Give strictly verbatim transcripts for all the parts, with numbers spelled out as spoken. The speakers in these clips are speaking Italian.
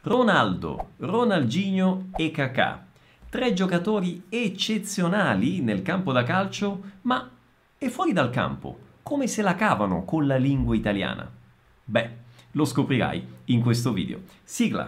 Ronaldo, Ronaldinho e Kakà. Tre giocatori eccezionali nel campo da calcio, ma e fuori dal campo, come se la cavano con la lingua italiana? Beh, lo scoprirai in questo video. Sigla!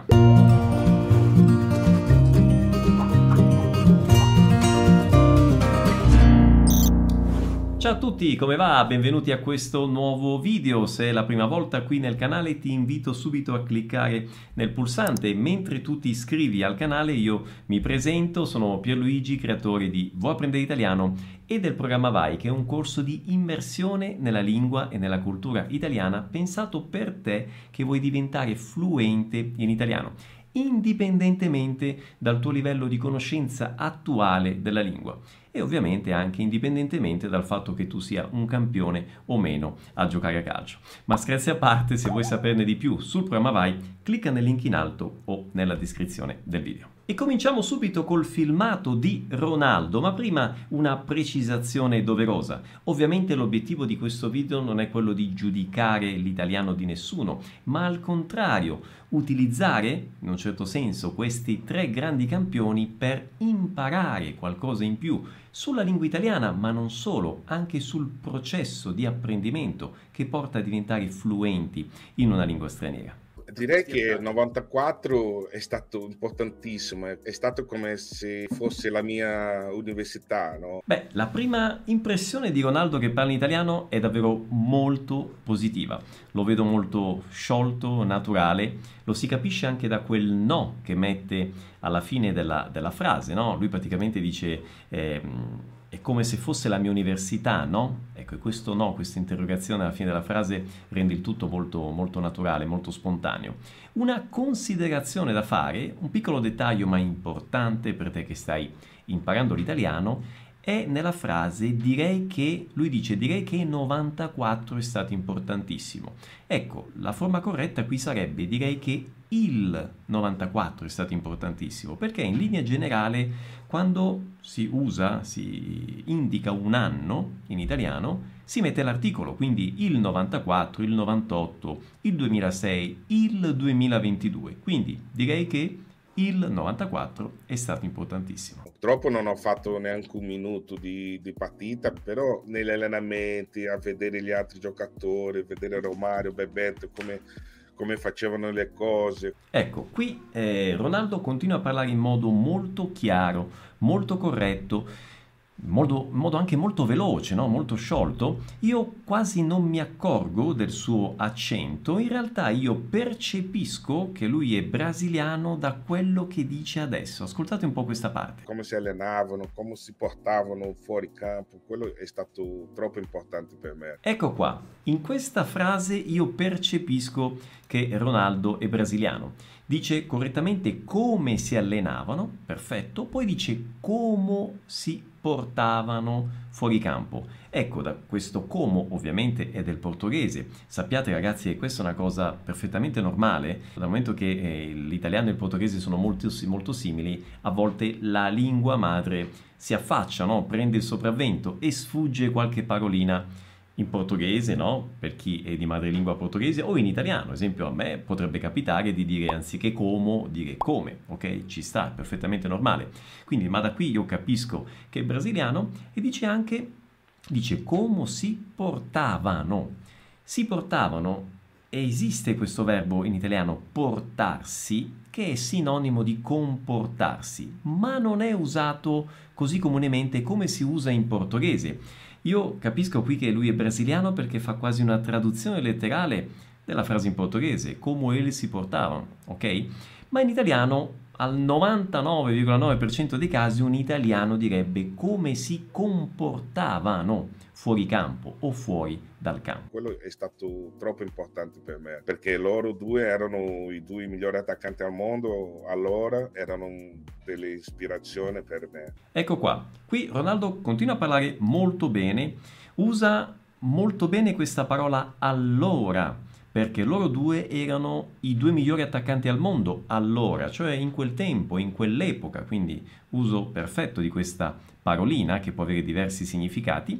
Ciao a tutti, come va? Benvenuti a questo nuovo video. Se è la prima volta qui nel canale ti invito subito a cliccare nel pulsante. Mentre tu ti iscrivi al canale io mi presento, sono Pierluigi, creatore di Vuoi apprendere italiano e del programma Vai, che è un corso di immersione nella lingua e nella cultura italiana pensato per te che vuoi diventare fluente in italiano, indipendentemente dal tuo livello di conoscenza attuale della lingua e ovviamente anche indipendentemente dal fatto che tu sia un campione o meno a giocare a calcio. Ma scherzi a parte, se vuoi saperne di più sul programma Vai, clicca nel link in alto o nella descrizione del video. E cominciamo subito col filmato di Ronaldo, ma prima una precisazione doverosa. Ovviamente l'obiettivo di questo video non è quello di giudicare l'italiano di nessuno, ma al contrario, utilizzare, in un certo senso, questi tre grandi campioni per imparare qualcosa in più sulla lingua italiana, ma non solo, anche sul processo di apprendimento che porta a diventare fluenti in una lingua straniera. Direi che il novantaquattro è stato importantissimo, è stato come se fosse la mia università, no? Beh, la prima impressione di Ronaldo che parla in italiano è davvero molto positiva. Lo vedo molto sciolto, naturale, lo si capisce anche da quel no che mette alla fine della, della frase, no? Lui praticamente dice... Ehm, è come se fosse la mia università, no? Ecco, e questo no, questa interrogazione alla fine della frase rende il tutto molto, molto naturale, molto spontaneo. Una considerazione da fare, un piccolo dettaglio ma importante per te che stai imparando l'italiano, è nella frase direi che, lui dice direi che novantaquattro è stato importantissimo. Ecco, la forma corretta qui sarebbe direi che il novantaquattro è stato importantissimo, perché in linea generale quando si usa, si indica un anno in italiano, si mette l'articolo, quindi il novantaquattro, il novantotto, il duemilasei, il duemilaventidue. Quindi direi che il novantaquattro è stato importantissimo. Purtroppo non ho fatto neanche un minuto di, di partita, però negli allenamenti, a vedere gli altri giocatori, vedere Romario, Bebeto, come, come facevano le cose. Ecco, qui eh, Ronaldo continua a parlare in modo molto chiaro, molto corretto, modo, modo anche molto veloce, no? Molto sciolto. Io quasi non mi accorgo del suo accento, in realtà io percepisco che lui è brasiliano da quello che dice adesso. Ascoltate un po' questa parte. Come si allenavano, come si portavano fuori campo, quello è stato troppo importante per me. Ecco qua, in questa frase io percepisco che Ronaldo è brasiliano. Dice correttamente come si allenavano, perfetto, poi dice come si portavano fuori campo. Ecco, da questo como ovviamente è del portoghese. Sappiate ragazzi che questa è una cosa perfettamente normale, dal momento che eh, l'italiano e il portoghese sono molto, molto simili, a volte la lingua madre si affaccia, no? Prende il sopravvento e sfugge qualche parolina in portoghese, no? Per chi è di madrelingua portoghese, o in italiano. Ad esempio a me potrebbe capitare di dire anziché como, dire come, ok? Ci sta, è perfettamente normale. Quindi, ma da qui io capisco che è brasiliano e dice anche, dice come si portavano. Si portavano, esiste questo verbo in italiano portarsi, che è sinonimo di comportarsi, ma non è usato così comunemente come si usa in portoghese. Io capisco qui che lui è brasiliano perché fa quasi una traduzione letterale della frase in portoghese, come eles si portavano, ok? Ma in italiano, al novantanove virgola nove per cento dei casi, un italiano direbbe come si comportavano fuori campo o fuori dal campo. Quello è stato troppo importante per me, perché loro due erano i due migliori attaccanti al mondo, allora erano delle ispirazioni per me. Ecco qua, qui Ronaldo continua a parlare molto bene, usa molto bene questa parola allora, perché loro due erano i due migliori attaccanti al mondo allora, cioè in quel tempo, in quell'epoca, quindi uso perfetto di questa parolina che può avere diversi significati.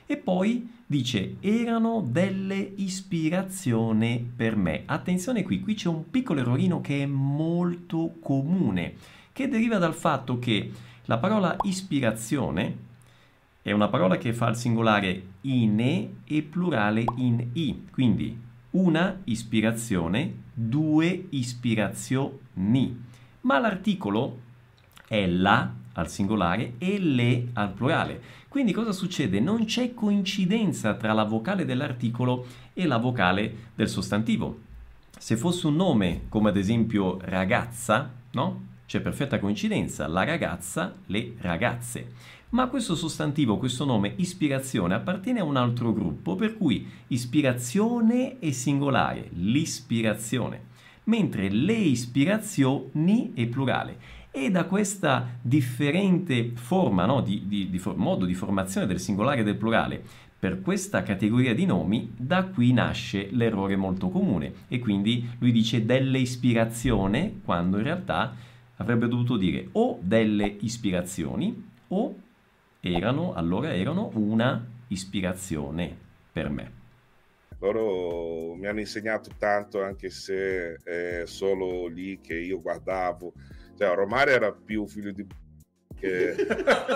E poi dice, erano delle ispirazioni per me. Attenzione qui, qui c'è un piccolo errorino che è molto comune, che deriva dal fatto che la parola ispirazione è una parola che fa il singolare ine e plurale in i, quindi una ispirazione, due ispirazioni, ma l'articolo è la al singolare e le al plurale. Quindi cosa succede? Non c'è coincidenza tra la vocale dell'articolo e la vocale del sostantivo. Se fosse un nome, come ad esempio ragazza, no? C'è perfetta coincidenza, la ragazza, le ragazze. Ma questo sostantivo, questo nome, ispirazione, appartiene a un altro gruppo, per cui ispirazione è singolare, l'ispirazione, mentre le ispirazioni è plurale. E da questa differente forma, no, di, di, di for- modo di formazione del singolare e del plurale, per questa categoria di nomi, da qui nasce l'errore molto comune. E quindi lui dice delle ispirazione, quando in realtà avrebbe dovuto dire o delle ispirazioni o erano, allora erano una ispirazione per me. Loro mi hanno insegnato tanto, anche se è solo lì che io guardavo. Cioè, Romario era più figlio di che eh,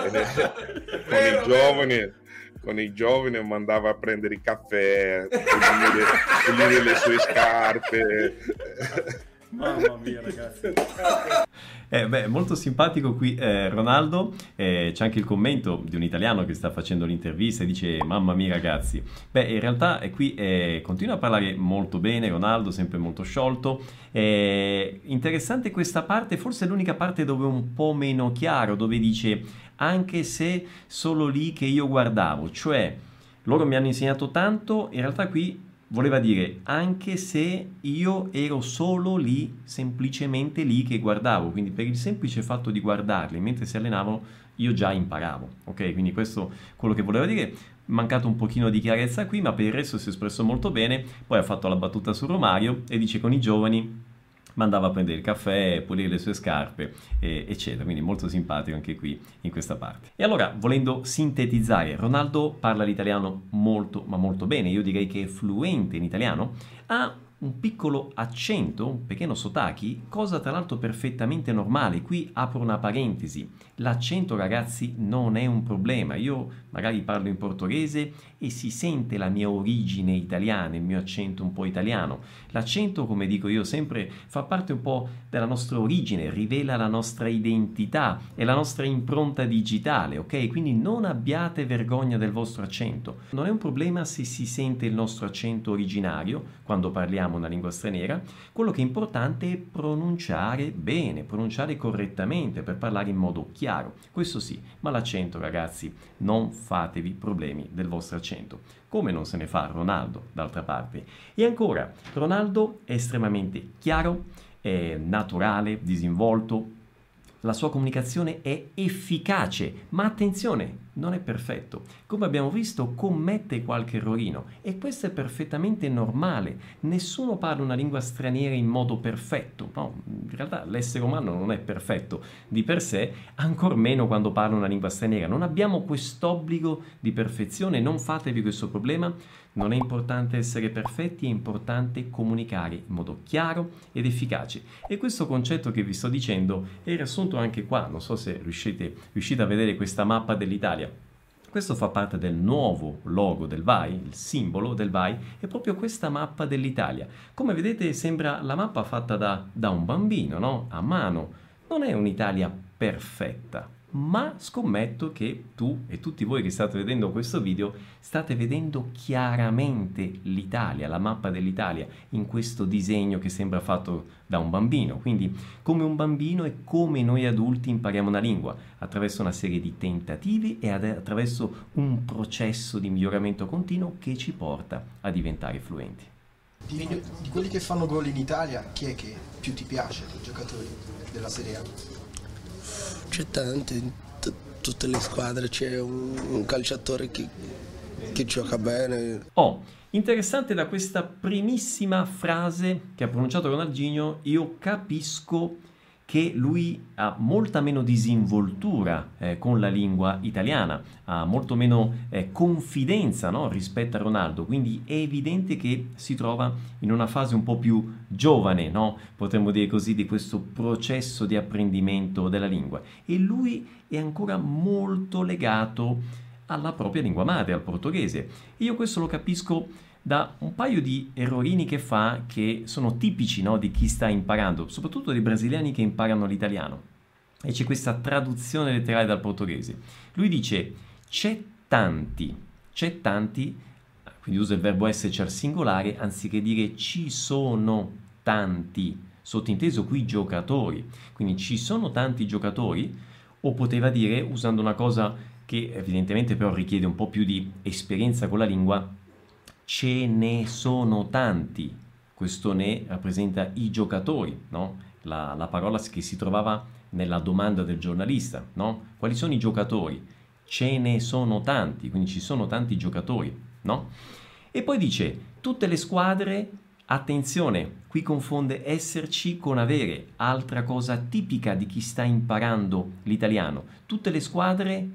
con i giovani con i giovani mandava a prendere il caffè, pulire, pulire le sue scarpe. Mamma mia, ragazzi. Eh, beh, molto simpatico qui eh, Ronaldo, eh, c'è anche il commento di un italiano che sta facendo l'intervista e dice mamma mia ragazzi. Beh, in realtà eh, qui eh, continua a parlare molto bene Ronaldo, sempre molto sciolto. Eh, interessante questa parte, forse è l'unica parte dove è un po' meno chiaro, dove dice anche se solo lì che io guardavo, cioè loro mi hanno insegnato tanto, in realtà qui voleva dire anche se io ero solo lì, semplicemente lì che guardavo, quindi per il semplice fatto di guardarli mentre si allenavano io già imparavo, ok? Quindi questo è quello che voleva dire, mancato un pochino di chiarezza qui, ma per il resto si è espresso molto bene, poi ha fatto la battuta su Romario e dice con i giovani mandava a prendere il caffè, pulire le sue scarpe, eh, eccetera. Quindi molto simpatico anche qui in questa parte. E allora, volendo sintetizzare, Ronaldo parla l'italiano molto, ma molto bene. Io direi che è fluente in italiano. Ha un piccolo accento, un pequeño sotachi, cosa tra l'altro perfettamente normale. Qui apro una parentesi. L'accento, ragazzi, non è un problema. Io magari parlo in portoghese e si sente la mia origine italiana, il mio accento un po' italiano. L'accento, come dico io sempre, fa parte un po' della nostra origine, rivela la nostra identità e la nostra impronta digitale, ok? Quindi non abbiate vergogna del vostro accento. Non è un problema se si sente il nostro accento originario quando parliamo una lingua straniera. Quello che è importante è pronunciare bene, pronunciare correttamente per parlare in modo chiaro. Questo sì, ma l'accento, ragazzi, non fatevi problemi del vostro accento, come non se ne fa Ronaldo d'altra parte. E ancora, Ronaldo è estremamente chiaro, è naturale, disinvolto, la sua comunicazione è efficace, ma attenzione, non è perfetto. Come abbiamo visto, commette qualche errorino e questo è perfettamente normale. Nessuno parla una lingua straniera in modo perfetto. No, in realtà l'essere umano non è perfetto di per sé, ancor meno quando parla una lingua straniera. Non abbiamo quest'obbligo di perfezione, non fatevi questo problema. Non è importante essere perfetti, è importante comunicare in modo chiaro ed efficace. E questo concetto che vi sto dicendo è riassunto anche qua, non so se riuscite, riuscite a vedere questa mappa dell'Italia. Questo fa parte del nuovo logo del V A I, il simbolo del V A I, è proprio questa mappa dell'Italia. Come vedete sembra la mappa fatta da, da un bambino, no? A mano. Non è un'Italia perfetta, ma scommetto che tu e tutti voi che state vedendo questo video state vedendo chiaramente l'Italia, la mappa dell'Italia, in questo disegno che sembra fatto da un bambino. Quindi come un bambino e come noi adulti impariamo una lingua, attraverso una serie di tentativi e attraverso un processo di miglioramento continuo che ci porta a diventare fluenti. Di, di quelli che fanno gol in Italia, chi è che più ti piace dei giocatori della Serie A? C'è tanti, in t- tutte le squadre c'è un, un calciatore che, che gioca bene. Oh, interessante da questa primissima frase che ha pronunciato Ronaldinho, io capisco che lui ha molta meno disinvoltura eh, con la lingua italiana, ha molto meno eh, confidenza, no, rispetto a Ronaldo, quindi è evidente che si trova in una fase un po' più giovane, no? Potremmo dire così, di questo processo di apprendimento della lingua, e lui è ancora molto legato alla propria lingua madre, al portoghese. E io questo lo capisco da un paio di errorini che fa, che sono tipici, no, di chi sta imparando, soprattutto dei brasiliani che imparano l'italiano. E c'è questa traduzione letterale dal portoghese. Lui dice c'è tanti, c'è tanti, quindi usa il verbo esserci al singolare anziché dire ci sono tanti, sottinteso qui giocatori, quindi ci sono tanti giocatori, o poteva dire, usando una cosa che evidentemente però richiede un po' più di esperienza con la lingua, ce ne sono tanti. Questo ne rappresenta i giocatori, no? La, la parola che si trovava nella domanda del giornalista, no? Quali sono i giocatori? Ce ne sono tanti, quindi ci sono tanti giocatori, no? E poi dice, tutte le squadre, attenzione, qui confonde esserci con avere, altra cosa tipica di chi sta imparando l'italiano. Tutte le squadre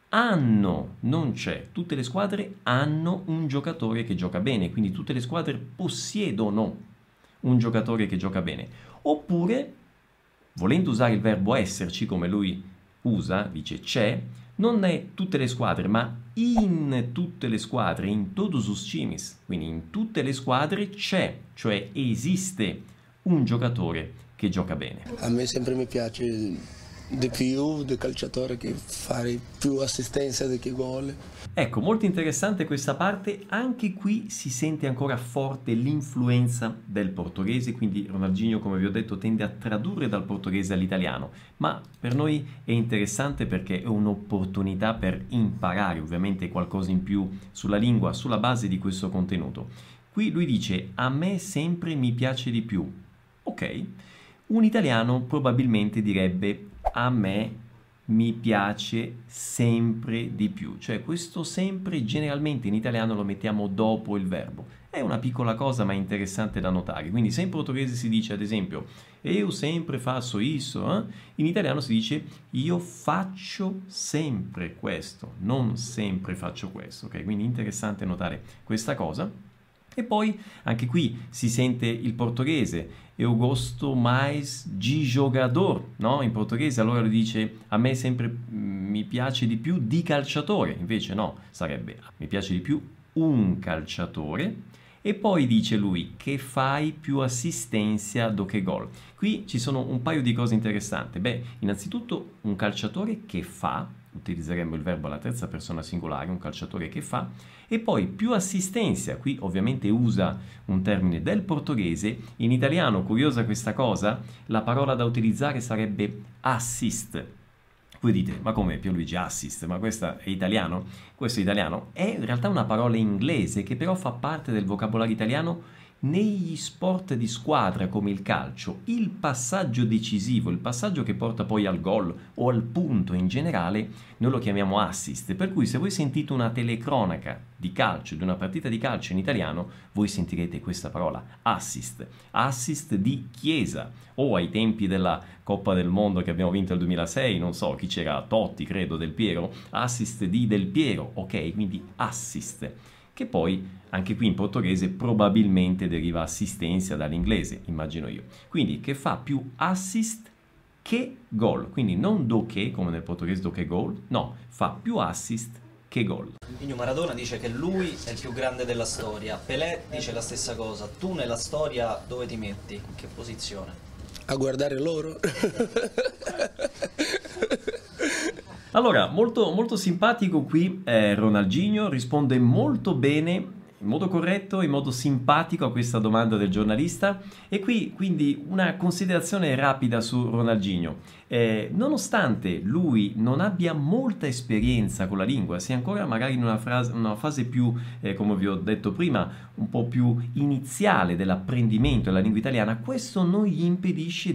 hanno, non c'è, tutte le squadre hanno un giocatore che gioca bene, quindi tutte le squadre possiedono un giocatore che gioca bene. Oppure, volendo usare il verbo esserci come lui usa, dice c'è, non è tutte le squadre, ma in tutte le squadre, in todos os times, quindi in tutte le squadre c'è, cioè esiste un giocatore che gioca bene. A me sempre mi piace di più del calciatore che fare più assistenza di che gol. Ecco, molto interessante questa parte, anche qui si sente ancora forte l'influenza del portoghese, quindi Ronaldinho, come vi ho detto, tende a tradurre dal portoghese all'italiano, ma per noi è interessante perché è un'opportunità per imparare ovviamente qualcosa in più sulla lingua, sulla base di questo contenuto. Qui lui dice, a me sempre mi piace di più. Ok, un italiano probabilmente direbbe, a me mi piace sempre di più, cioè questo sempre generalmente in italiano lo mettiamo dopo il verbo. È una piccola cosa ma interessante da notare, quindi se in portoghese si dice ad esempio eu sempre faço isso, eh? In italiano si dice io faccio sempre questo, non sempre faccio questo, ok? Quindi interessante notare questa cosa. E poi anche qui si sente il portoghese, eu gosto mais de jogador, no? In portoghese allora lui dice a me sempre mi piace di più di calciatore, invece no, sarebbe mi piace di più un calciatore. E poi dice lui che fai più assistenza do che gol. Qui ci sono un paio di cose interessanti. Beh, innanzitutto un calciatore che fa, utilizzeremmo il verbo alla terza persona singolare, un calciatore che fa, e poi più assistenza, qui ovviamente usa un termine del portoghese, in italiano, curiosa questa cosa, la parola da utilizzare sarebbe assist. Voi dite, ma come Pierluigi assist? Ma questo è italiano? Questo è italiano. È in realtà una parola inglese che però fa parte del vocabolario italiano negli sport di squadra come il calcio. Il passaggio decisivo, il passaggio che porta poi al gol o al punto in generale, noi lo chiamiamo assist. Per cui se voi sentite una telecronaca di calcio, di una partita di calcio in italiano, voi sentirete questa parola, assist. Assist di Chiesa, o ai tempi della Coppa del Mondo che abbiamo vinto nel duemilasei, non so chi c'era, Totti credo, Del Piero, assist di Del Piero, ok? Quindi assist, che poi anche qui in portoghese probabilmente deriva assistenza dall'inglese, immagino io. Quindi che fa più assist che gol, quindi non do che, come nel portoghese do che gol, no, fa più assist che gol. Maradona dice che lui è il più grande della storia, Pelé dice la stessa cosa. Tu nella storia dove ti metti? In che posizione? A guardare loro. Allora, molto, molto simpatico qui eh, Ronaldinho, risponde molto bene, in modo corretto, in modo simpatico a questa domanda del giornalista. E qui quindi una considerazione rapida su Ronaldinho. Eh, nonostante lui non abbia molta esperienza con la lingua, sia ancora magari in una, frase, una fase più, eh, come vi ho detto prima, un po' più iniziale dell'apprendimento della lingua italiana, questo non gli impedisce di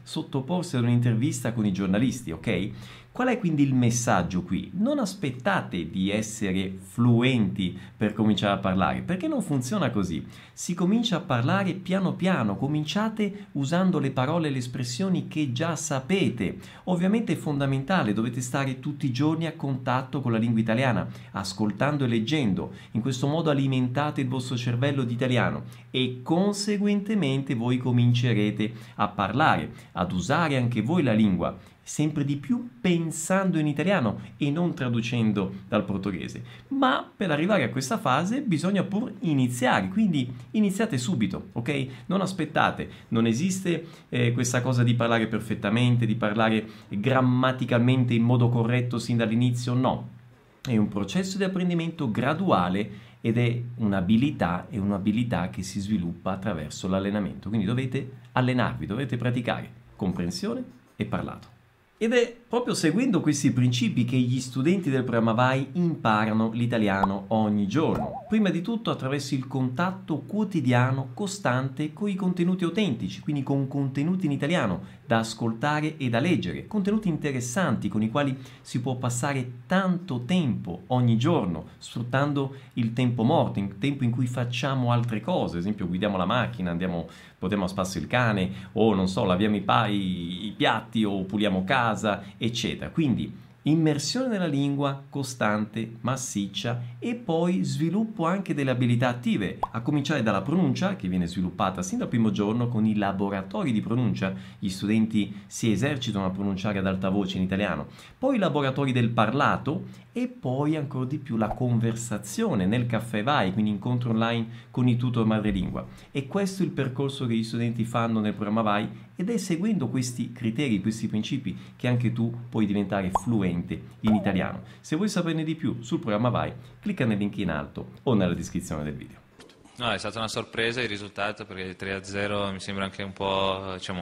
sottoporsi ad un'intervista con i giornalisti, ok? Qual è quindi il messaggio qui? Non aspettate di essere fluenti per cominciare a parlare, perché non funziona così. Si comincia a parlare piano piano, cominciate usando le parole e le espressioni che già sapete. Ovviamente è fondamentale, dovete stare tutti i giorni a contatto con la lingua italiana, ascoltando e leggendo. In questo modo alimentate il vostro cervello di italiano e conseguentemente voi comincerete a parlare, ad usare anche voi la lingua, sempre di più pensando in italiano e non traducendo dal portoghese. Ma per arrivare a questa fase bisogna pur iniziare, quindi iniziate subito, ok? Non aspettate, non esiste eh, questa cosa di parlare perfettamente, di parlare grammaticalmente in modo corretto sin dall'inizio, no. È un processo di apprendimento graduale ed è un'abilità, è un'abilità che si sviluppa attraverso l'allenamento, quindi dovete allenarvi, dovete praticare comprensione e parlato. Ed è proprio seguendo questi principi che gli studenti del programma Vai imparano l'italiano ogni giorno. Prima di tutto attraverso il contatto quotidiano, costante, con i contenuti autentici, quindi con contenuti in italiano da ascoltare e da leggere, contenuti interessanti con i quali si può passare tanto tempo ogni giorno, sfruttando il tempo morto, il tempo in cui facciamo altre cose, ad esempio guidiamo la macchina, andiamo, portiamo a spasso il cane, o non so, laviamo i, pa- i, i piatti o puliamo casa, eccetera. Quindi immersione nella lingua costante, massiccia e poi sviluppo anche delle abilità attive, a cominciare dalla pronuncia che viene sviluppata sin dal primo giorno con i laboratori di pronuncia. Gli studenti si esercitano a pronunciare ad alta voce in italiano, poi i laboratori del parlato e poi ancora di più la conversazione nel caffè Vai, quindi incontro online con i tutor madrelingua. E questo è il percorso che gli studenti fanno nel programma Vai ed è seguendo questi criteri, questi principi che anche tu puoi diventare fluente in italiano. Se vuoi saperne di più sul programma Vai, clicca nel link in alto o nella descrizione del video. No, è stata una sorpresa il risultato, perché il tre a zero mi sembra anche un po', diciamo,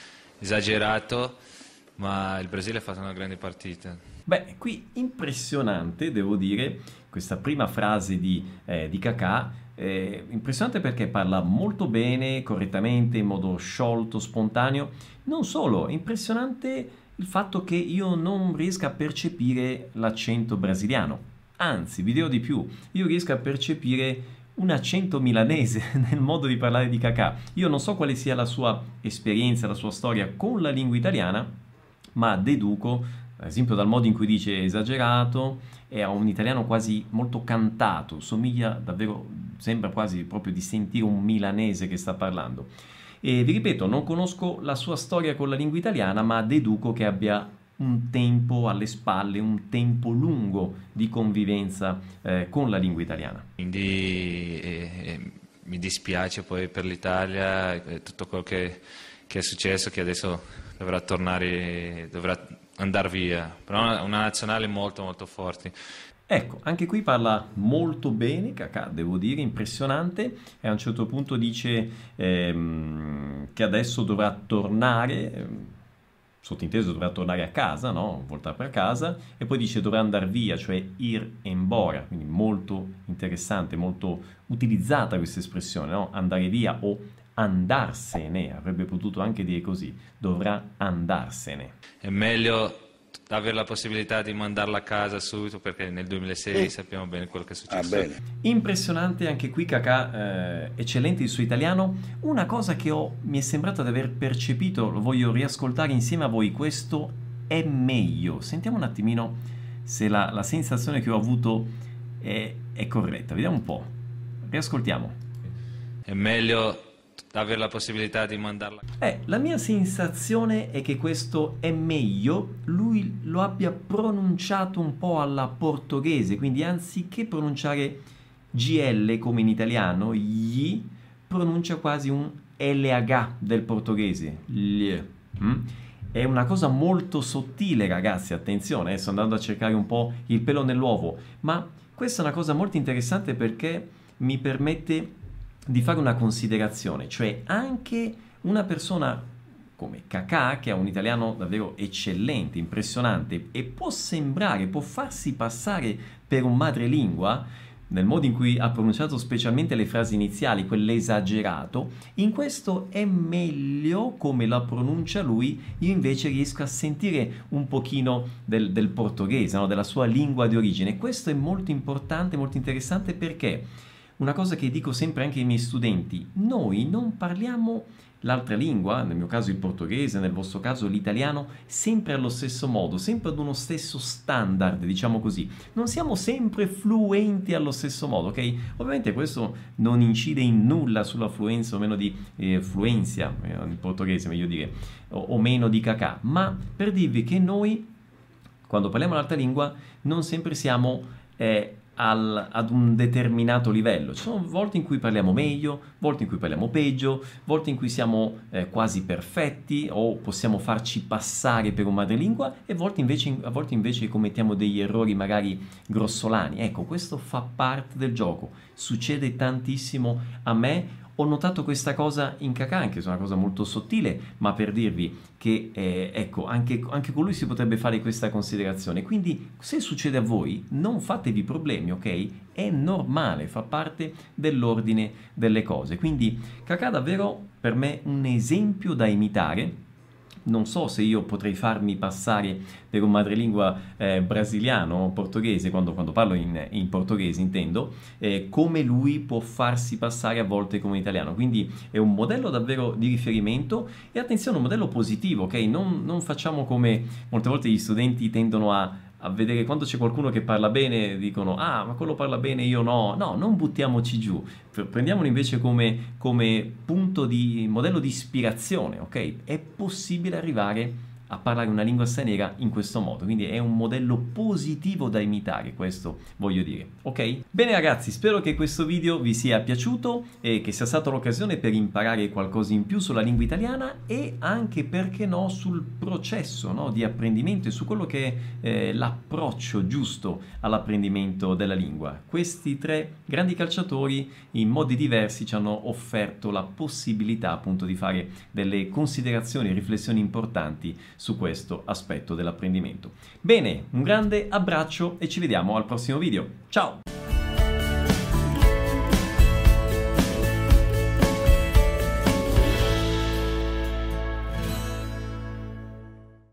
esagerato, ma il Brasile ha fatto una grande partita. Beh, qui impressionante, devo dire, questa prima frase di, eh, di Kaká, eh, impressionante perché parla molto bene, correttamente, in modo sciolto, spontaneo. Non solo, è impressionante il fatto che io non riesca a percepire l'accento brasiliano. Anzi, vi dirò di più, io riesco a percepire un accento milanese nel modo di parlare di Kaká. Io non so quale sia la sua esperienza, la sua storia con la lingua italiana, ma deduco, ad esempio dal modo in cui dice esagerato, è un italiano quasi molto cantato, somiglia davvero, sembra quasi proprio di sentire un milanese che sta parlando. E vi ripeto, non conosco la sua storia con la lingua italiana, ma deduco che abbia un tempo alle spalle, un tempo lungo di convivenza eh, con la lingua italiana. Quindi eh, eh, mi dispiace poi per l'Italia, eh, tutto quello che, che è successo, che adesso dovrà tornare, dovrà andare via, però è una nazionale molto molto forte. Ecco, anche qui parla molto bene Kaká, devo dire, impressionante, e a un certo punto dice ehm, che adesso dovrà tornare, ehm, sottinteso dovrà tornare a casa, no? Voltare per casa, e poi dice dovrà andare via, cioè ir embora, quindi molto interessante, molto utilizzata questa espressione, no? Andare via o andarsene, avrebbe potuto anche dire così, dovrà andarsene. È meglio avere la possibilità di mandarla a casa subito, perché nel duemilasei eh. sappiamo bene quello che è successo. Ah, bene. Impressionante anche qui Kaká, eh, eccellente il suo italiano. Una cosa che ho, mi è sembrato di aver percepito, lo voglio riascoltare insieme a voi, questo è meglio. Sentiamo un attimino se la, la sensazione che ho avuto è, è corretta, vediamo un po', riascoltiamo. È meglio avere la possibilità di mandarla. Eh, la mia sensazione è che questo è meglio lui lo abbia pronunciato un po' alla portoghese, quindi anziché pronunciare G L come in italiano, gli pronuncia quasi un L H del portoghese. Gli. Mm? È una cosa molto sottile, ragazzi, attenzione, eh, sto andando a cercare un po' il pelo nell'uovo, ma questa è una cosa molto interessante perché mi permette di fare una considerazione, cioè anche una persona come Kaká, che ha un italiano davvero eccellente, impressionante, e può sembrare, può farsi passare per un madrelingua, nel modo in cui ha pronunciato specialmente le frasi iniziali, quell'esagerato, in questo è meglio come la pronuncia lui, io invece riesco a sentire un pochino del, del portoghese, no? Della sua lingua di origine. Questo è molto importante, molto interessante, perché una cosa che dico sempre anche ai miei studenti: noi non parliamo l'altra lingua, nel mio caso il portoghese, nel vostro caso l'italiano, sempre allo stesso modo, sempre ad uno stesso standard, diciamo così. Non siamo sempre fluenti allo stesso modo, ok? Ovviamente questo non incide in nulla sulla fluenza o meno di eh, fluenza, eh, in portoghese meglio dire, o, o meno di cacà, ma per dirvi che noi, quando parliamo l'altra lingua, non sempre siamo eh, Al, ad un determinato livello. Ci sono volte in cui parliamo meglio, volte in cui parliamo peggio, volte in cui siamo eh, quasi perfetti o possiamo farci passare per un madrelingua, e volte invece, a volte invece commettiamo degli errori magari grossolani. Ecco, questo fa parte del gioco. Succede tantissimo a me. Ho notato questa cosa in Cacà, anche se è una cosa molto sottile, ma per dirvi che eh, ecco, anche, anche con lui si potrebbe fare questa considerazione. Quindi se succede a voi, non fatevi problemi, ok? È normale, fa parte dell'ordine delle cose. Quindi Cacà davvero per me un esempio da imitare. Non so se io potrei farmi passare per un madrelingua eh, brasiliano o portoghese, quando, quando parlo in, in portoghese intendo, eh, come lui può farsi passare a volte come italiano. Quindi è un modello davvero di riferimento, e attenzione, un modello positivo, ok? Non, non facciamo come molte volte gli studenti tendono a a vedere, quando c'è qualcuno che parla bene dicono: ah, ma quello parla bene, io no. No, non buttiamoci giù, prendiamolo invece come, come punto di modello di ispirazione, ok? È possibile arrivare a parlare una lingua straniera in questo modo, quindi è un modello positivo da imitare, questo voglio dire, ok? Bene ragazzi, spero che questo video vi sia piaciuto e che sia stata l'occasione per imparare qualcosa in più sulla lingua italiana, e anche, perché no, sul processo, no, di apprendimento e su quello che è eh, l'approccio giusto all'apprendimento della lingua. Questi tre grandi calciatori in modi diversi ci hanno offerto la possibilità appunto di fare delle considerazioni e riflessioni importanti su questo aspetto dell'apprendimento. Bene, un grande abbraccio e ci vediamo al prossimo video. Ciao!